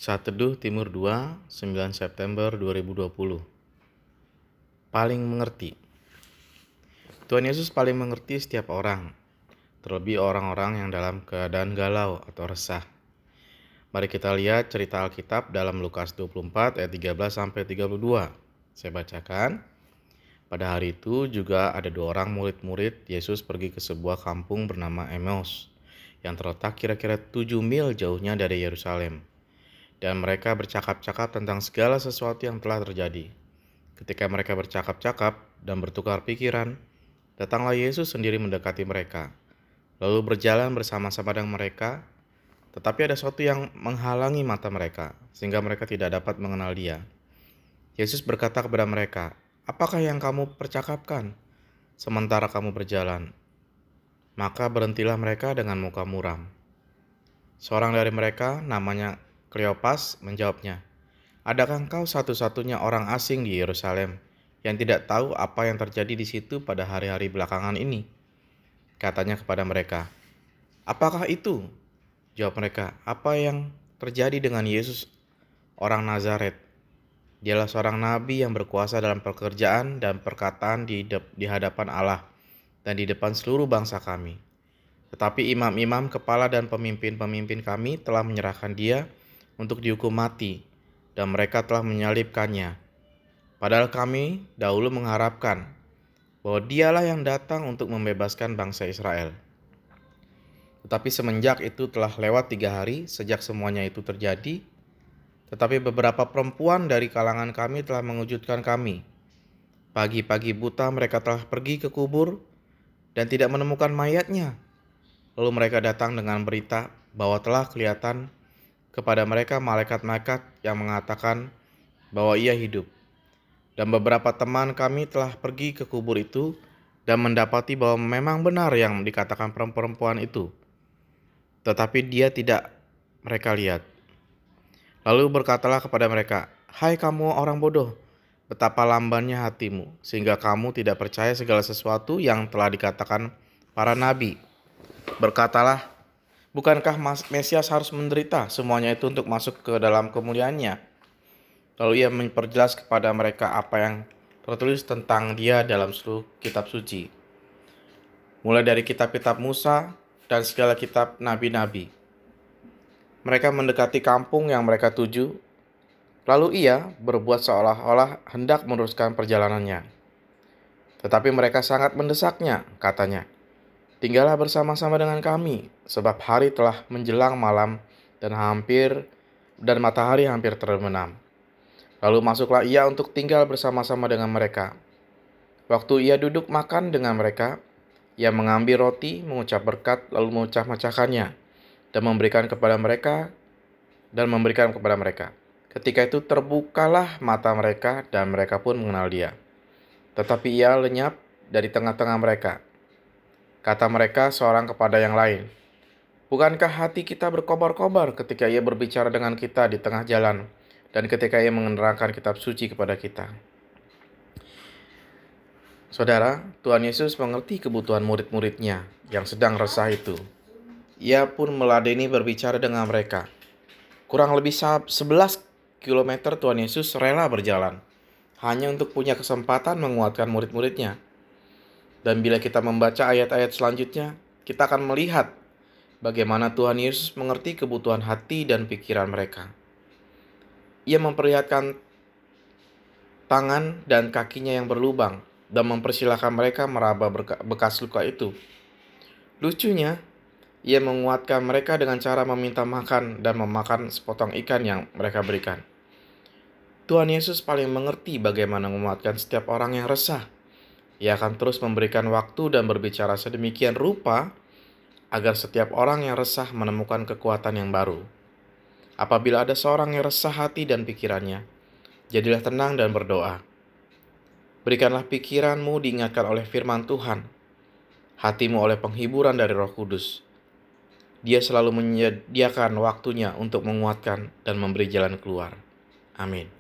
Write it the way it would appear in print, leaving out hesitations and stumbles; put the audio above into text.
Saat Teduh Timur 2, 9 September 2020. Paling mengerti. Tuhan Yesus paling mengerti setiap orang, terlebih orang-orang yang dalam keadaan galau atau resah. Mari kita lihat cerita Alkitab dalam Lukas 24 ayat 13-32. Saya bacakan. Pada hari itu juga ada 2 orang murid-murid Yesus pergi ke sebuah kampung bernama Emmaus, yang terletak kira-kira 7 mil jauhnya dari Yerusalem. Dan mereka bercakap-cakap tentang segala sesuatu yang telah terjadi. Ketika mereka bercakap-cakap dan bertukar pikiran, datanglah Yesus sendiri mendekati mereka, lalu berjalan bersama-sama dengan mereka, tetapi ada sesuatu yang menghalangi mata mereka, sehingga mereka tidak dapat mengenal Dia. Yesus berkata kepada mereka, "Apakah yang kamu percakapkan sementara kamu berjalan?" Maka berhentilah mereka dengan muka muram. Seorang dari mereka, namanya Kleopas, menjawabnya, "Adakah engkau satu-satunya orang asing di Yerusalem yang tidak tahu apa yang terjadi di situ pada hari-hari belakangan ini?" Katanya kepada mereka, "Apakah itu?" Jawab mereka, "Apa yang terjadi dengan Yesus, orang Nazaret? Dialah seorang nabi yang berkuasa dalam pekerjaan dan perkataan di hadapan Allah dan di depan seluruh bangsa kami. Tetapi imam-imam, kepala dan pemimpin-pemimpin kami telah menyerahkan Dia untuk dihukum mati, dan mereka telah menyalibkannya. Padahal kami dahulu mengharapkan bahwa Dialah yang datang untuk membebaskan bangsa Israel. Tetapi semenjak itu telah lewat 3 hari sejak semuanya itu terjadi, tetapi beberapa perempuan dari kalangan kami telah mengejutkan kami. Pagi-pagi buta mereka telah pergi ke kubur dan tidak menemukan mayatnya. Lalu mereka datang dengan berita bahwa telah kelihatan kepada mereka malaikat-malaikat yang mengatakan bahwa Ia hidup. Dan beberapa teman kami telah pergi ke kubur itu dan mendapati bahwa memang benar yang dikatakan perempuan itu. Tetapi Dia tidak mereka lihat. Lalu berkatalah kepada mereka, "Hai kamu orang bodoh, betapa lambannya hatimu, sehingga kamu tidak percaya segala sesuatu yang telah dikatakan para nabi. Berkatalah, bukankah Mesias harus menderita semuanya itu untuk masuk ke dalam kemuliaannya?" Lalu Ia memperjelas kepada mereka apa yang tertulis tentang Dia dalam seluruh kitab suci, mulai dari kitab-kitab Musa dan segala kitab nabi-nabi. Mereka mendekati kampung yang mereka tuju, lalu Ia berbuat seolah-olah hendak meneruskan perjalanannya. Tetapi mereka sangat mendesaknya, katanya, "Tinggallah bersama-sama dengan kami, sebab hari telah menjelang malam dan matahari hampir terbenam." Lalu masuklah Ia untuk tinggal bersama-sama dengan mereka. Waktu Ia duduk makan dengan mereka, Ia mengambil roti, mengucap berkat, lalu memecah-mecahkannya dan memberikan kepada mereka. Ketika itu terbukalah mata mereka dan mereka pun mengenal Dia. Tetapi Ia lenyap dari tengah-tengah mereka. Kata mereka seorang kepada yang lain, "Bukankah hati kita berkobar-kobar ketika Ia berbicara dengan kita di tengah jalan dan ketika Ia menerangkan kitab suci kepada kita?" Saudara, Tuhan Yesus mengerti kebutuhan murid-muridnya yang sedang resah itu. Ia pun meladeni berbicara dengan mereka. Kurang lebih 11 kilometer Tuhan Yesus rela berjalan, hanya untuk punya kesempatan menguatkan murid-muridnya. Dan bila kita membaca ayat-ayat selanjutnya, kita akan melihat bagaimana Tuhan Yesus mengerti kebutuhan hati dan pikiran mereka. Ia memperlihatkan tangan dan kakinya yang berlubang dan mempersilahkan mereka meraba bekas luka itu. Lucunya, Ia menguatkan mereka dengan cara meminta makan dan memakan sepotong ikan yang mereka berikan. Tuhan Yesus paling mengerti bagaimana menguatkan setiap orang yang resah. Ia akan terus memberikan waktu dan berbicara sedemikian rupa agar setiap orang yang resah menemukan kekuatan yang baru. Apabila ada seorang yang resah hati dan pikirannya, jadilah tenang dan berdoa. Berikanlah pikiranmu diingatkan oleh firman Tuhan, hatimu oleh penghiburan dari Roh Kudus. Dia selalu menyediakan waktunya untuk menguatkan dan memberi jalan keluar. Amin.